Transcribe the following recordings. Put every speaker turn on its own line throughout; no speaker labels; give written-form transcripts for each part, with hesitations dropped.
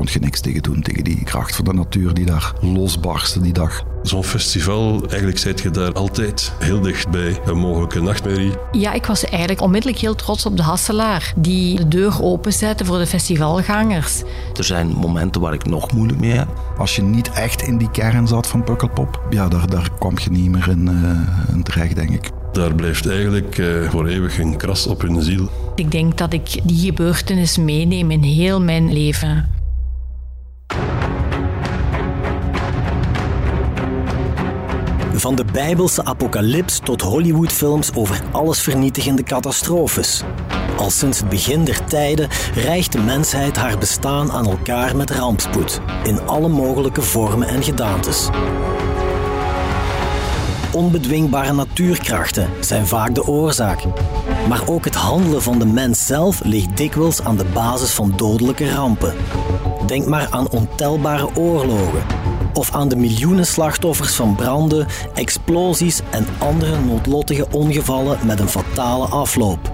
kon je niks tegen doen, tegen die kracht van de natuur die daar losbarstte die dag.
Zo'n festival, eigenlijk zit je daar altijd heel dichtbij een mogelijke nachtmerrie.
Ja, ik was eigenlijk onmiddellijk heel trots op de Hasselaar, die de deur openzette voor de festivalgangers.
Er zijn momenten waar ik nog moeilijk mee heb.
Als je niet echt in die kern zat van Pukkelpop, ja, daar kwam je niet meer in terecht, denk ik.
Daar blijft eigenlijk voor eeuwig een kras op hun ziel.
Ik denk dat ik die gebeurtenis meeneem in heel mijn leven.
Van de Bijbelse apocalyps tot Hollywoodfilms over allesvernietigende catastrofes. Al sinds het begin der tijden reigt de mensheid haar bestaan aan elkaar met rampspoed, in alle mogelijke vormen en gedaantes. Onbedwingbare natuurkrachten zijn vaak de oorzaak. Maar ook het handelen van de mens zelf ligt dikwijls aan de basis van dodelijke rampen. Denk maar aan ontelbare oorlogen. Of aan de miljoenen slachtoffers van branden, explosies en andere noodlottige ongevallen met een fatale afloop.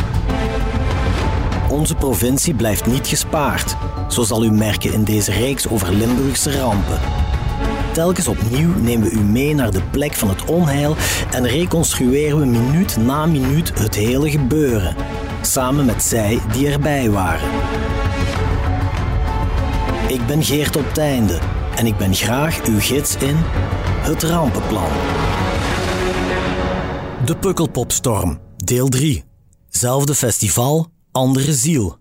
Onze provincie blijft niet gespaard, zo zal u merken in deze reeks over Limburgse rampen. Telkens opnieuw nemen we u mee naar de plek van het onheil en reconstrueren we minuut na minuut het hele gebeuren, samen met zij die erbij waren. Ik ben Geert op Teinde en ik ben graag uw gids in Het Rampenplan. De Pukkelpopstorm, deel 3. Zelfde festival, andere ziel.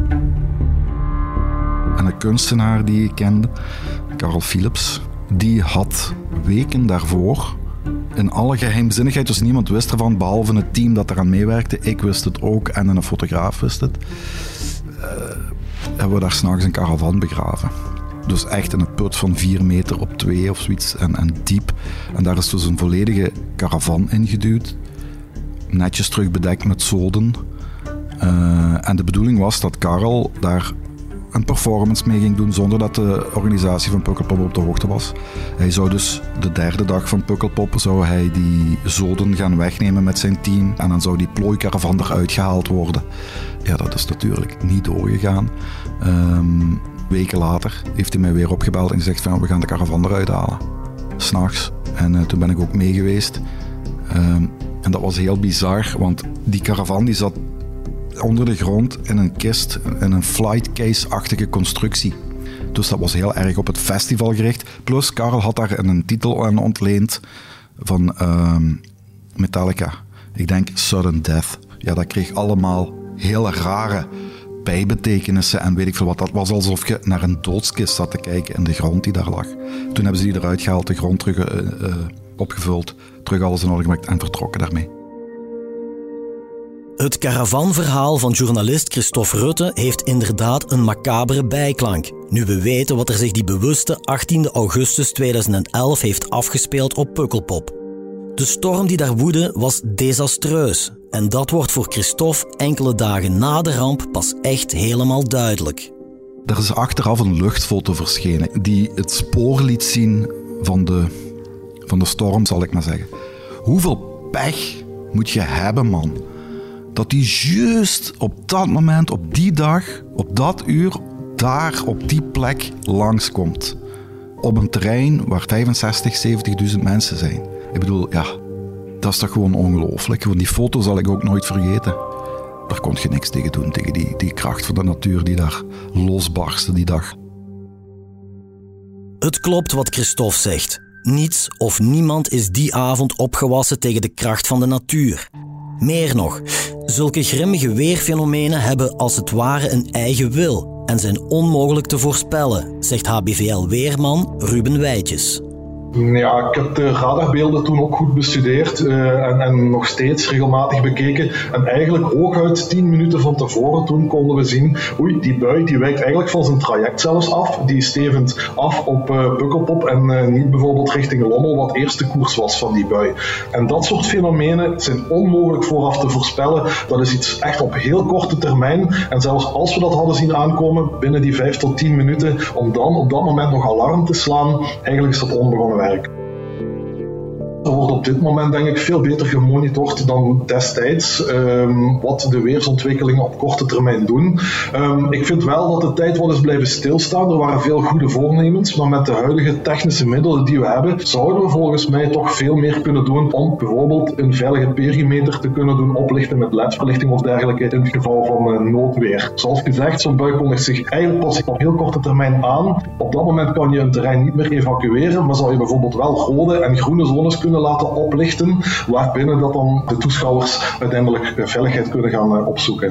En een kunstenaar die ik kende, Karel Philips, die had weken daarvoor in alle geheimzinnigheid, dus niemand wist ervan, behalve het team dat eraan meewerkte. Ik wist het ook en een fotograaf wist het. Hebben we daar 's nachts een caravan begraven. Dus echt in een put van 4 meter op 2 of zoiets en diep. En daar is dus een volledige caravan ingeduwd. Netjes terug bedekt met zoden. En de bedoeling was dat Karel daar een performance mee ging doen zonder dat de organisatie van Pukkelpop op de hoogte was. Hij zou dus de 3e dag van Pukkelpop zou hij die zoden gaan wegnemen met zijn team en dan zou die plooikaravan eruit gehaald worden. Ja, dat is natuurlijk niet doorgegaan. Weken later heeft hij mij weer opgebeld en gezegd van we gaan de caravan eruit halen. 's Nachts. En toen ben ik ook mee geweest. En dat was heel bizar, want die caravan die zat onder de grond in een kist, in een flight case-achtige constructie. Dus dat was heel erg op het festival gericht. Plus, Karel had daar een titel aan ontleend van Metallica. Ik denk Sudden Death. Ja, dat kreeg allemaal hele rare bijbetekenissen en weet ik veel wat. Dat was alsof je naar een doodskist zat te kijken in de grond die daar lag. Toen hebben ze die eruit gehaald, de grond terug opgevuld, terug alles in orde gemaakt en vertrokken daarmee.
Het caravanverhaal van journalist Christophe Rutte heeft inderdaad een macabere bijklank. Nu we weten wat er zich die bewuste 18 augustus 2011 heeft afgespeeld op Pukkelpop. De storm die daar woedde was desastreus. En dat wordt voor Christophe enkele dagen na de ramp pas echt helemaal duidelijk.
Er is achteraf een luchtfoto verschenen die het spoor liet zien van de storm, zal ik maar zeggen. Hoeveel pech moet je hebben, man? Dat die juist op dat moment, op die dag, op dat uur, daar op die plek langskomt. Op een terrein waar 65.000, 70.000 mensen zijn. Ik bedoel, ja, dat is toch gewoon ongelooflijk. Want die foto zal ik ook nooit vergeten. Daar kon je niks tegen doen, tegen die kracht van de natuur die daar losbarstte die dag.
Het klopt wat Christophe zegt. Niets of niemand is die avond opgewassen tegen de kracht van de natuur. Meer nog, zulke grimmige weerfenomenen hebben als het ware een eigen wil en zijn onmogelijk te voorspellen, zegt HBVL-weerman Ruben Wijtjes.
Ja, ik heb de radarbeelden toen ook goed bestudeerd en nog steeds regelmatig bekeken. En eigenlijk hooguit 10 minuten van tevoren toen konden we zien, oei, die bui die wijkt eigenlijk van zijn traject zelfs af. Die stevend af op Pukkelpop en niet bijvoorbeeld richting Lommel, wat eerst de koers was van die bui. En dat soort fenomenen zijn onmogelijk vooraf te voorspellen. Dat is iets echt op heel korte termijn. En zelfs als we dat hadden zien aankomen, binnen die 5 tot 10 minuten, om dan op dat moment nog alarm te slaan, eigenlijk is dat onbegonnen werk. Er wordt op dit moment denk ik veel beter gemonitord dan destijds wat de weersontwikkelingen op korte termijn doen. Ik vind wel dat de tijd wel eens blijven stilstaan. Er waren veel goede voornemens, maar met de huidige technische middelen die we hebben, zouden we volgens mij toch veel meer kunnen doen om bijvoorbeeld een veilige perimeter te kunnen doen oplichten met ledverlichting of dergelijke in het geval van noodweer. Zoals gezegd, zo'n bui kondigt zich eigenlijk pas op heel korte termijn aan. Op dat moment kan je een terrein niet meer evacueren, maar zal je bijvoorbeeld wel rode en groene zones kunnen laten oplichten, waarbinnen dat dan de toeschouwers uiteindelijk veiligheid kunnen gaan opzoeken.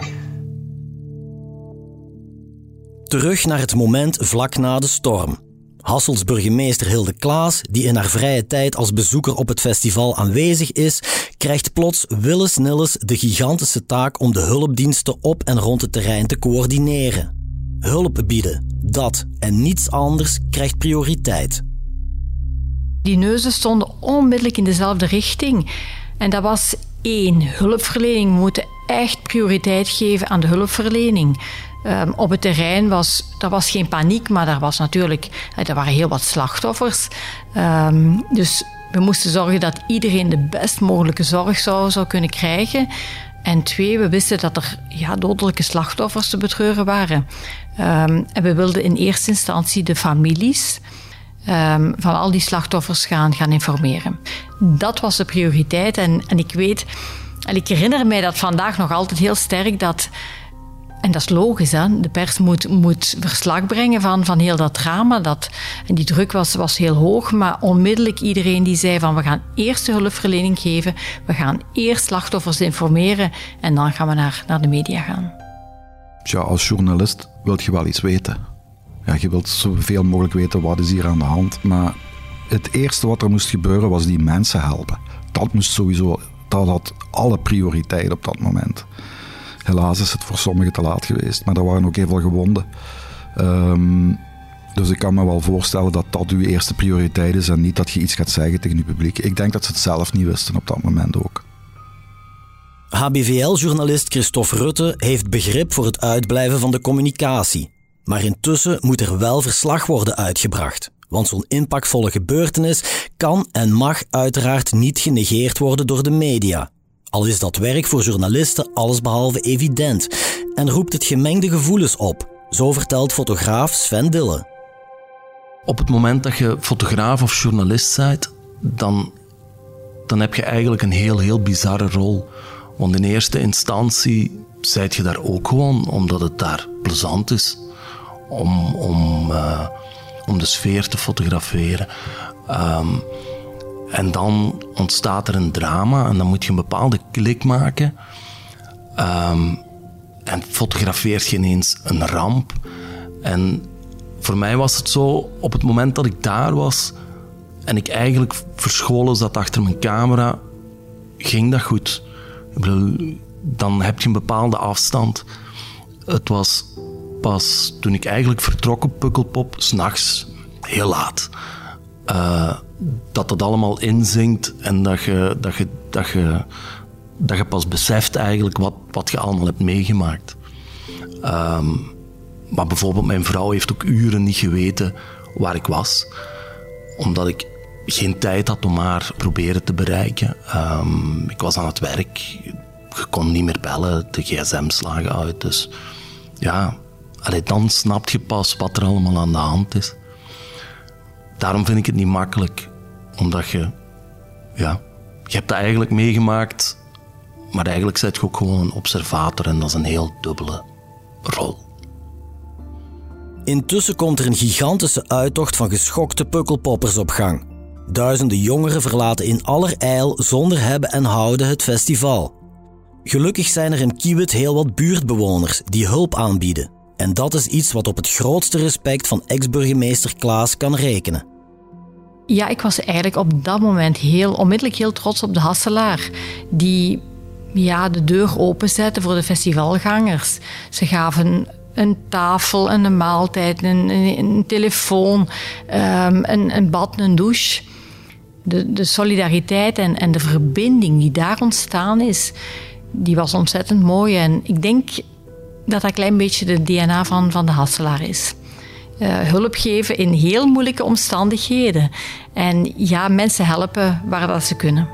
Terug naar het moment vlak na de storm. Hassels burgemeester Hilde Klaas, die in haar vrije tijd als bezoeker op het festival aanwezig is, krijgt plots willens-nillens de gigantische taak om de hulpdiensten op en rond het terrein te coördineren. Hulp bieden, dat en niets anders krijgt prioriteit.
Die neuzen stonden onmiddellijk in dezelfde richting. En dat was 1. Hulpverlening. We moeten echt prioriteit geven aan de hulpverlening. Op het terrein was geen paniek, maar er waren heel wat slachtoffers. Dus we moesten zorgen dat iedereen de best mogelijke zorg zou kunnen krijgen. En 2, we wisten dat er dodelijke slachtoffers te betreuren waren. En we wilden in eerste instantie de families van al die slachtoffers gaan informeren. Dat was de prioriteit. En ik herinner mij dat vandaag nog altijd heel sterk dat... En dat is logisch, hè? De pers moet verslag brengen van heel dat drama. En die druk was heel hoog, maar onmiddellijk iedereen die zei van we gaan eerst de hulpverlening geven, we gaan eerst slachtoffers informeren en dan gaan we naar de media gaan.
Ja, als journalist wil je wel iets weten. Ja, je wilt zoveel mogelijk weten wat is hier aan de hand, maar het eerste wat er moest gebeuren was die mensen helpen. Dat had alle prioriteit op dat moment. Helaas is het voor sommigen te laat geweest, maar er waren ook heel veel gewonden. Dus ik kan me wel voorstellen dat dat uw eerste prioriteit is en niet dat je iets gaat zeggen tegen je publiek. Ik denk dat ze het zelf niet wisten op dat moment ook.
HBVL-journalist Christophe Rutte heeft begrip voor het uitblijven van de communicatie. Maar intussen moet er wel verslag worden uitgebracht. Want zo'n impactvolle gebeurtenis kan en mag uiteraard niet genegeerd worden door de media. Al is dat werk voor journalisten allesbehalve evident en roept het gemengde gevoelens op, zo vertelt fotograaf Sven Dille.
Op het moment dat je fotograaf of journalist bent, dan heb je eigenlijk een heel bizarre rol. Want in eerste instantie zijt je daar ook gewoon omdat het daar plezant is om de sfeer te fotograferen. En dan ontstaat er een drama en dan moet je een bepaalde klik maken. En fotografeert je ineens een ramp. En voor mij was het zo, op het moment dat ik daar was en ik eigenlijk verscholen zat achter mijn camera, ging dat goed. Ik bedoel, dan heb je een bepaalde afstand. Het was pas toen ik eigenlijk vertrok op Pukkelpop, 's nachts, heel laat, dat het allemaal inzinkt en dat je pas beseft eigenlijk wat je allemaal hebt meegemaakt. Maar bijvoorbeeld mijn vrouw heeft ook uren niet geweten waar ik was, omdat ik geen tijd had om haar proberen te bereiken. Ik was aan het werk, je kon niet meer bellen, de gsm's lagen uit. Dus ja, dan snap je pas wat er allemaal aan de hand is. Daarom vind ik het niet makkelijk, omdat je hebt dat eigenlijk meegemaakt, maar eigenlijk ben je ook gewoon een observator en dat is een heel dubbele rol.
Intussen komt er een gigantische uittocht van geschokte pukkelpoppers op gang. Duizenden jongeren verlaten in allerijl zonder hebben en houden het festival. Gelukkig zijn er in Kiewit heel wat buurtbewoners die hulp aanbieden. En dat is iets wat op het grootste respect van ex-burgemeester Klaas kan rekenen.
Ja, ik was eigenlijk op dat moment onmiddellijk heel trots op de Hasselaar. Die de deur openzette voor de festivalgangers. Ze gaven een tafel, een maaltijd, een telefoon, een bad, een douche. De solidariteit en de verbinding die daar ontstaan is, die was ontzettend mooi. En ik denk dat dat een klein beetje de DNA van de Hasselaar is. hulp geven in heel moeilijke omstandigheden. En ja, mensen helpen waar dat ze kunnen.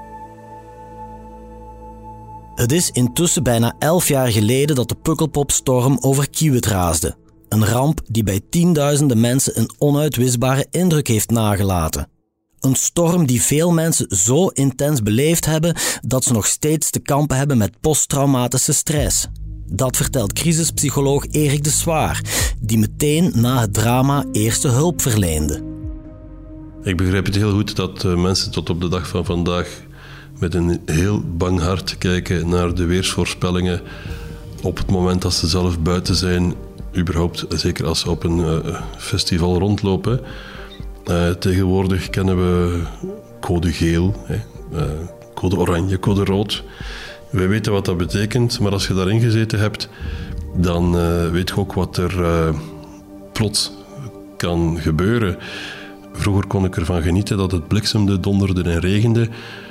Het is intussen bijna 11 jaar geleden dat de Pukkelpop-storm over Kiewit raasde. Een ramp die bij tienduizenden mensen een onuitwisbare indruk heeft nagelaten. Een storm die veel mensen zo intens beleefd hebben dat ze nog steeds te kampen hebben met posttraumatische stress. Dat vertelt crisispsycholoog Erik de Zwaar, die meteen na het drama eerste hulp verleende.
Ik begrijp het heel goed dat mensen tot op de dag van vandaag met een heel bang hart kijken naar de weersvoorspellingen op het moment dat ze zelf buiten zijn, überhaupt, zeker als ze op een festival rondlopen. Tegenwoordig kennen we code geel, code oranje, code rood. Wij weten wat dat betekent, maar als je daarin gezeten hebt, dan weet je ook wat er plots kan gebeuren. Vroeger kon ik ervan genieten dat het bliksemde, donderde en regende.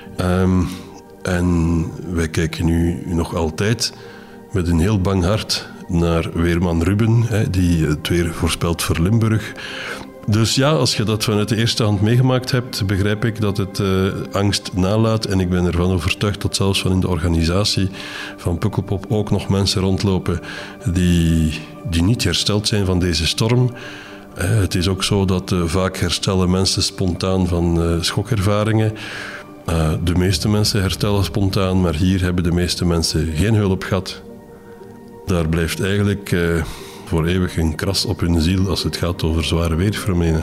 En wij kijken nu nog altijd met een heel bang hart naar weerman Ruben, die het weer voorspelt voor Limburg. Dus ja, als je dat vanuit de eerste hand meegemaakt hebt, begrijp ik dat het angst nalaat. En ik ben ervan overtuigd dat zelfs van in de organisatie van Pukkelpop ook nog mensen rondlopen die niet hersteld zijn van deze storm. Het is ook zo dat vaak herstellen mensen spontaan van schokervaringen. De meeste mensen herstellen spontaan, maar hier hebben de meeste mensen geen hulp gehad. Daar blijft eigenlijk voor eeuwig een kras op hun ziel als het gaat over zware weerfenomenen.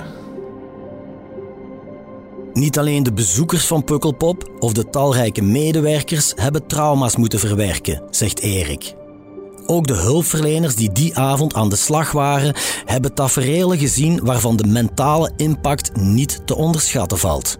Niet alleen de bezoekers van Pukkelpop of de talrijke medewerkers hebben trauma's moeten verwerken, zegt Erik. Ook de hulpverleners die avond aan de slag waren, hebben taferelen gezien waarvan de mentale impact niet te onderschatten valt.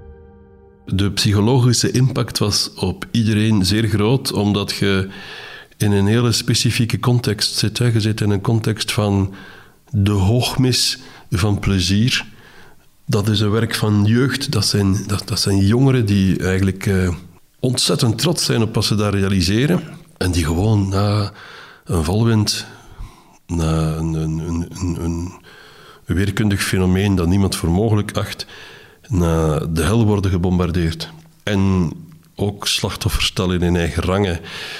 De psychologische impact was op iedereen zeer groot, omdat je in een hele specifieke context zit. Je zit in een context van de hoogmis van plezier. Dat is een werk van jeugd. Dat zijn jongeren die eigenlijk ontzettend trots zijn op wat ze daar realiseren. En die gewoon na een valwind, na een weerkundig fenomeen dat niemand voor mogelijk acht, naar de hel worden gebombardeerd. En ook slachtoffers stellen in eigen rangen.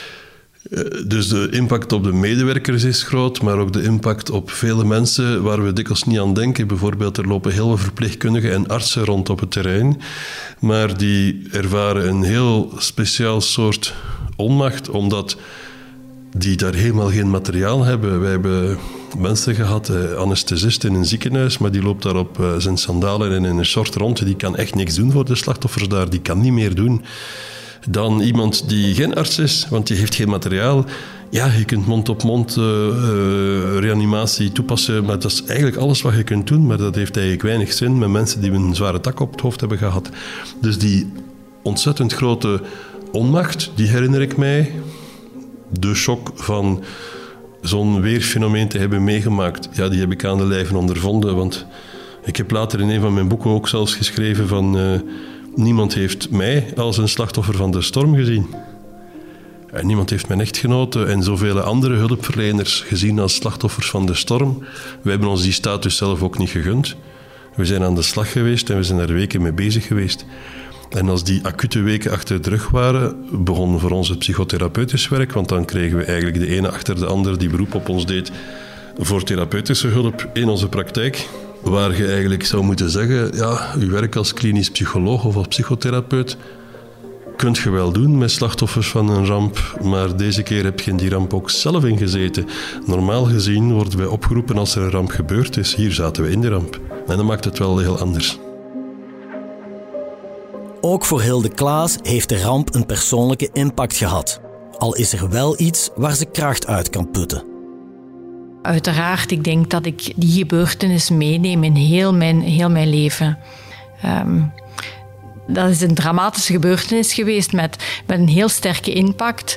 Dus de impact op de medewerkers is groot, maar ook de impact op vele mensen waar we dikwijls niet aan denken. Bijvoorbeeld, er lopen heel veel verpleegkundigen en artsen rond op het terrein, maar die ervaren een heel speciaal soort onmacht, omdat die daar helemaal geen materiaal hebben. Wij hebben mensen gehad, anesthesist in een ziekenhuis, maar die loopt daar op zijn sandalen en in een short rond. Die kan echt niks doen voor de slachtoffers daar, die kan niet meer doen. Dan iemand die geen arts is, want die heeft geen materiaal. Ja, je kunt mond-op-mond reanimatie toepassen, maar dat is eigenlijk alles wat je kunt doen, maar dat heeft eigenlijk weinig zin met mensen die een zware tak op het hoofd hebben gehad. Dus die ontzettend grote onmacht, die herinner ik mij. De shock van zo'n weerfenomeen te hebben meegemaakt, ja, die heb ik aan de lijve ondervonden, want ik heb later in een van mijn boeken ook zelfs geschreven van niemand heeft mij als een slachtoffer van de storm gezien. En niemand heeft mijn echtgenote en zoveel andere hulpverleners gezien als slachtoffers van de storm. We hebben ons die status zelf ook niet gegund. We zijn aan de slag geweest en we zijn er weken mee bezig geweest. En als die acute weken achter de rug waren, begon voor ons het psychotherapeutisch werk, want dan kregen we eigenlijk de ene achter de ander die beroep op ons deed voor therapeutische hulp in onze praktijk. Waar je eigenlijk zou moeten zeggen, ja, uw werk als klinisch psycholoog of als psychotherapeut kunt je wel doen met slachtoffers van een ramp, maar deze keer heb je in die ramp ook zelf ingezeten. Normaal gezien worden wij opgeroepen als er een ramp gebeurd is. Hier zaten we in de ramp. En dat maakt het wel heel anders.
Ook voor Hilde Klaas heeft de ramp een persoonlijke impact gehad. Al is er wel iets waar ze kracht uit kan putten.
Uiteraard, ik denk dat ik die gebeurtenis meeneem in heel mijn leven. Dat is een dramatische gebeurtenis geweest met een heel sterke impact.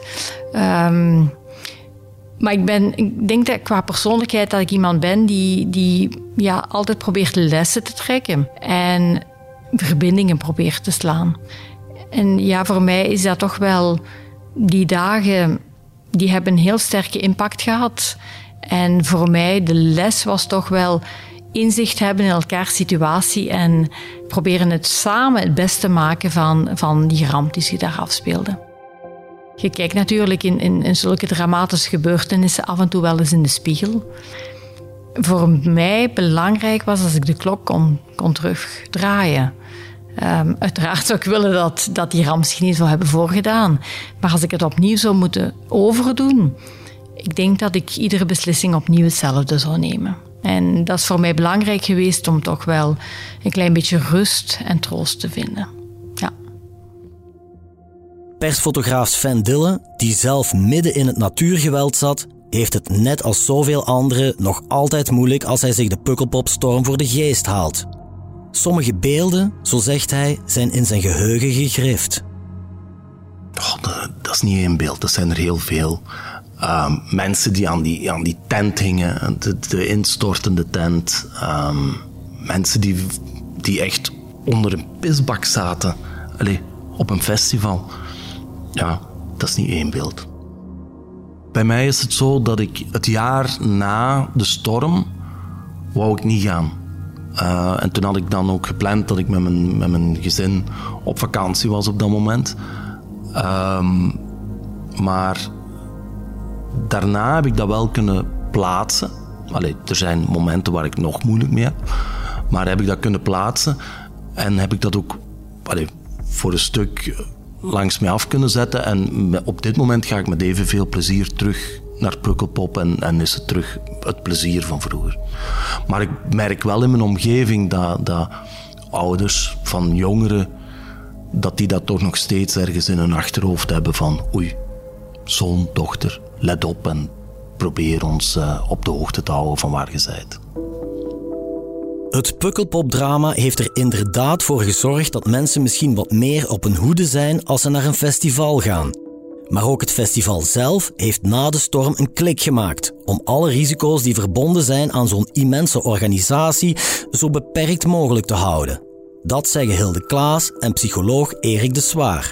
Maar ik denk dat qua persoonlijkheid dat ik iemand ben die altijd probeert lessen te trekken en verbindingen probeert te slaan. En ja, voor mij is dat toch wel die dagen, die hebben een heel sterke impact gehad. En voor mij, de les was toch wel inzicht hebben in elkaars situatie en proberen het samen het beste maken van die ramp die zich daar afspeelde. Je kijkt natuurlijk in zulke dramatische gebeurtenissen af en toe wel eens in de spiegel. Voor mij belangrijk was als ik de klok kon terugdraaien. Uiteraard zou ik willen dat die ramp zich niet zou hebben voorgedaan. Maar als ik het opnieuw zou moeten overdoen, ik denk dat ik iedere beslissing opnieuw hetzelfde zou nemen. En dat is voor mij belangrijk geweest om toch wel een klein beetje rust en troost te vinden. Ja.
Persfotograaf Sven Dille, die zelf midden in het natuurgeweld zat, heeft het net als zoveel anderen nog altijd moeilijk als hij zich de Pukkelpopstorm voor de geest haalt. Sommige beelden, zo zegt hij, zijn in zijn geheugen gegrift.
Dat is niet één beeld, dat zijn er heel veel. Mensen die aan die tent hingen, de instortende tent. Mensen die echt onder een pisbak zaten. Op een festival. Ja, dat is niet één beeld. Bij mij is het zo dat ik het jaar na de storm wou ik niet gaan. En toen had ik dan ook gepland dat ik met mijn gezin op vakantie was op dat moment. Maar daarna heb ik dat wel kunnen plaatsen. Er zijn momenten waar ik nog moeilijk mee heb. Maar heb ik dat kunnen plaatsen en heb ik dat ook voor een stuk langs mij af kunnen zetten. En op dit moment ga ik met evenveel plezier terug naar Pukkelpop en is het terug het plezier van vroeger. Maar ik merk wel in mijn omgeving dat ouders van jongeren, dat die dat toch nog steeds ergens in hun achterhoofd hebben van oei, zoon, dochter, let op en probeer ons op de hoogte te houden van waar je bent.
Het Pukkelpopdrama heeft er inderdaad voor gezorgd dat mensen misschien wat meer op hun hoede zijn als ze naar een festival gaan. Maar ook het festival zelf heeft na de storm een klik gemaakt om alle risico's die verbonden zijn aan zo'n immense organisatie zo beperkt mogelijk te houden. Dat zeggen Hilde Klaas en psycholoog Erik de Zwaar.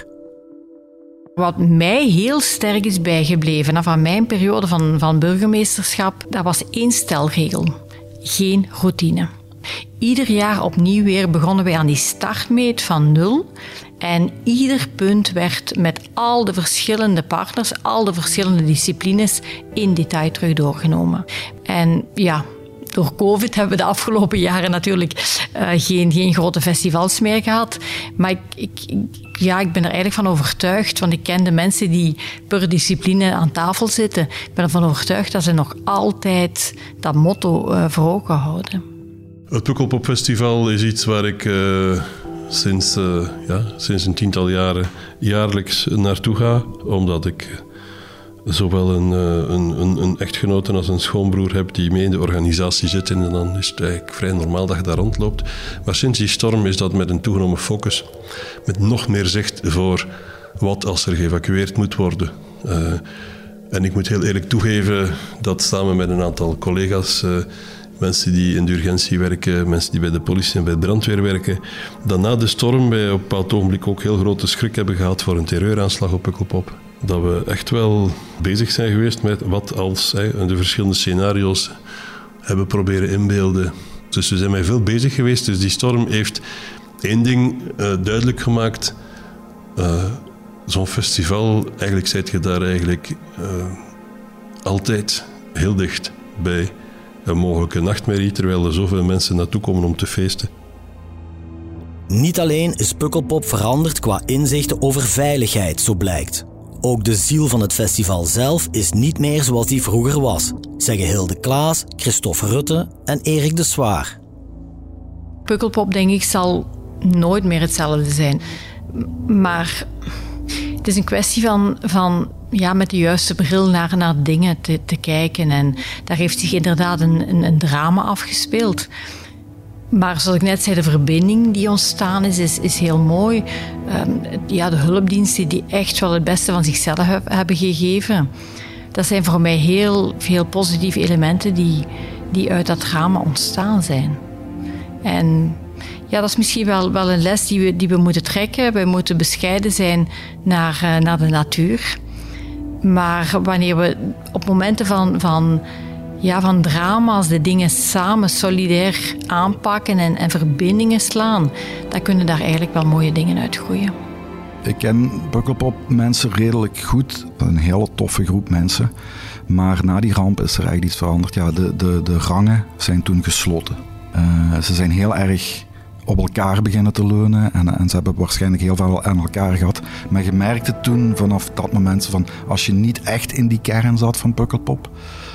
Wat mij heel sterk is bijgebleven van mijn periode van burgemeesterschap, dat was één stelregel. Geen routine. Ieder jaar opnieuw weer begonnen wij aan die startmeet van 0. En ieder punt werd met al de verschillende partners, al de verschillende disciplines in detail terug doorgenomen. En ja, door COVID hebben we de afgelopen jaren natuurlijk geen grote festivals meer gehad. Maar ik ben er eigenlijk van overtuigd, want ik ken de mensen die per discipline aan tafel zitten. Ik ben ervan overtuigd dat ze nog altijd dat motto voor ogen houden.
Het Pukkelpopfestival is iets waar ik sinds een 10-tal jaren jaarlijks naartoe ga, omdat ik zowel een echtgenote als een schoonbroer heb die mee in de organisatie zit en dan is het eigenlijk vrij normaal dat je daar rondloopt. Maar sinds die storm is dat met een toegenomen focus, met nog meer zicht voor wat als er geëvacueerd moet worden. En ik moet heel eerlijk toegeven dat samen met een aantal collega's, mensen die in de urgentie werken, mensen die bij de politie en bij de brandweer werken, dat na de storm wij op een bepaald ogenblik ook heel grote schrik hebben gehad voor een terreuraanslag op Pukkelpop. Dat we echt wel bezig zijn geweest met wat als de verschillende scenario's hebben proberen inbeelden. Dus we zijn mee veel bezig geweest. Dus die storm heeft één ding duidelijk gemaakt. Zo'n festival, eigenlijk zit je daar eigenlijk altijd heel dicht bij een mogelijke nachtmerrie, terwijl er zoveel mensen naartoe komen om te feesten.
Niet alleen is Pukkelpop veranderd qua inzichten over veiligheid, zo blijkt. Ook de ziel van het festival zelf is niet meer zoals die vroeger was, zeggen Hilde Klaas, Christophe Rutte en Erik de Zwaar.
Pukkelpop, denk ik, zal nooit meer hetzelfde zijn. Maar het is een kwestie van met de juiste bril naar dingen te kijken. En daar heeft zich inderdaad een drama afgespeeld. Maar zoals ik net zei, de verbinding die ontstaan is heel mooi. De hulpdiensten die echt wel het beste van zichzelf hebben gegeven. Dat zijn voor mij heel veel positieve elementen die uit dat drama ontstaan zijn. En ja, dat is misschien wel een les die we moeten trekken. We moeten bescheiden zijn naar de natuur. Maar wanneer we op momenten van van drama's, de dingen samen solidair aanpakken en verbindingen slaan, dan kunnen daar eigenlijk wel mooie dingen uit groeien.
Ik ken Pukkelpop mensen redelijk goed. Een hele toffe groep mensen. Maar na die ramp is er eigenlijk iets veranderd. Ja, de rangen zijn toen gesloten. Ze zijn heel erg op elkaar beginnen te leunen en ze hebben waarschijnlijk heel veel aan elkaar gehad. Maar je merkte toen vanaf dat moment van als je niet echt in die kern zat van Pukkelpop,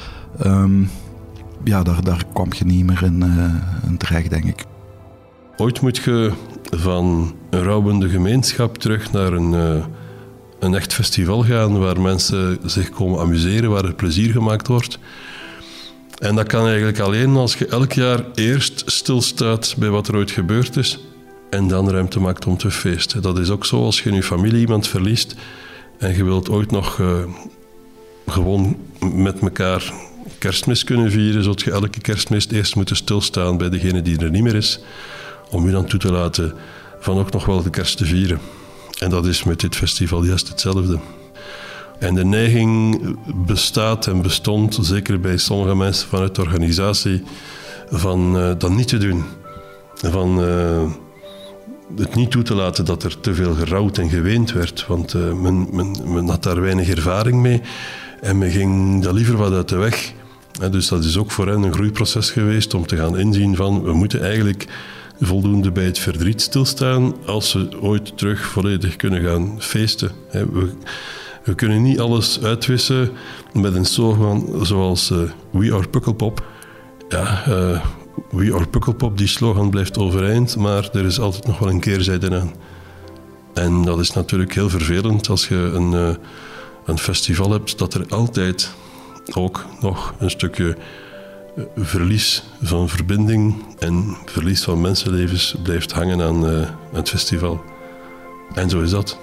daar kwam je niet meer in terecht, denk ik.
Ooit moet je van een rouwende gemeenschap terug naar een echt festival gaan waar mensen zich komen amuseren, waar er plezier gemaakt wordt. En dat kan eigenlijk alleen als je elk jaar eerst stilstaat bij wat er ooit gebeurd is en dan ruimte maakt om te feesten. Dat is ook zo als je in je familie iemand verliest en je wilt ooit nog gewoon met elkaar Kerstmis kunnen vieren, zult je elke Kerstmis eerst moeten stilstaan bij degene die er niet meer is, om je dan toe te laten van ook nog wel de kerst te vieren. En dat is met dit festival juist hetzelfde. En de neiging bestaat en bestond, zeker bij sommige mensen vanuit de organisatie, van dat niet te doen. Van het niet toe te laten dat er te veel gerouwd en geweend werd. Want men had daar weinig ervaring mee en men ging dat liever wat uit de weg. Dus dat is ook voor hen een groeiproces geweest om te gaan inzien van we moeten eigenlijk voldoende bij het verdriet stilstaan als we ooit terug volledig kunnen gaan feesten. We kunnen niet alles uitwissen met een slogan zoals We Are Pukkelpop. Ja, We Are Pukkelpop, die slogan blijft overeind, maar er is altijd nog wel een keerzijde aan. En dat is natuurlijk heel vervelend als je een festival hebt dat er altijd ook nog een stukje verlies van verbinding en verlies van mensenlevens blijft hangen aan het festival. En zo is dat.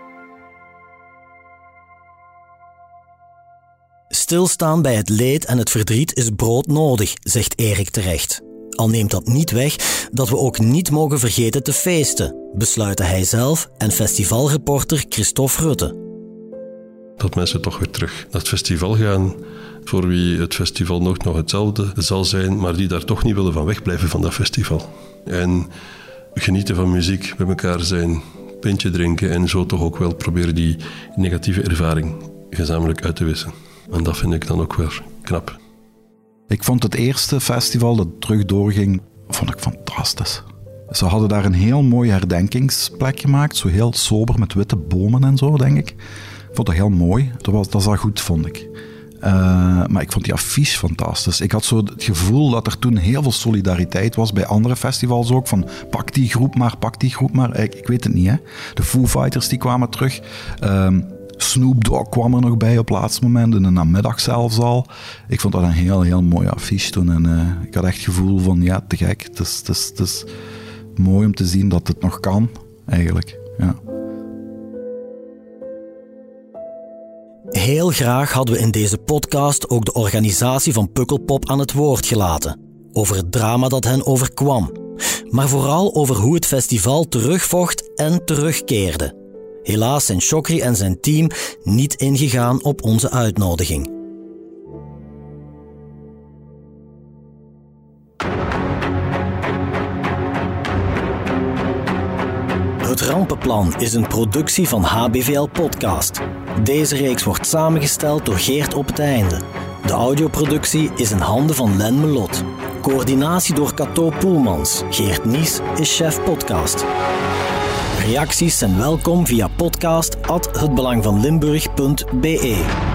Stilstaan bij het leed en het verdriet is broodnodig, zegt Erik terecht. Al neemt dat niet weg dat we ook niet mogen vergeten te feesten, besluiten hij zelf en festivalreporter Christophe Rutte.
Dat mensen toch weer terug naar het festival gaan, voor wie het festival nog hetzelfde zal zijn, maar die daar toch niet willen van wegblijven van dat festival. En genieten van muziek, met elkaar zijn, pintje drinken en zo toch ook wel proberen die negatieve ervaring gezamenlijk uit te wissen. En dat vind ik dan ook weer knap.
Ik vond het eerste festival dat terug doorging, vond ik fantastisch. Ze hadden daar een heel mooi herdenkingsplek gemaakt, zo heel sober met witte bomen en zo, denk ik. Ik vond dat heel mooi. Dat zag goed, vond ik. Maar ik vond die affiche fantastisch. Ik had zo het gevoel dat er toen heel veel solidariteit was bij andere festivals ook. Van pak die groep maar. Ik weet het niet, hè. De Foo Fighters die kwamen terug. Snoop Dogg kwam er nog bij op het laatste moment. In de namiddag zelfs al. Ik vond dat een heel, heel mooie affiche toen. En ik had echt het gevoel van, ja, te gek. Het is mooi om te zien dat het nog kan, eigenlijk. Ja.
Heel graag hadden we in deze podcast ook de organisatie van Pukkelpop aan het woord gelaten. Over het drama dat hen overkwam. Maar vooral over hoe het festival terugvocht en terugkeerde. Helaas zijn Chokri en zijn team niet ingegaan op onze uitnodiging. Het Rampenplan is een productie van HBVL Podcast. Deze reeks wordt samengesteld door Geert Op het Einde. De audioproductie is in handen van Len Melot. Coördinatie door Cato Poelmans. Geert Nies is chef podcast. Reacties zijn welkom via podcast@hetbelangvanlimburg.be.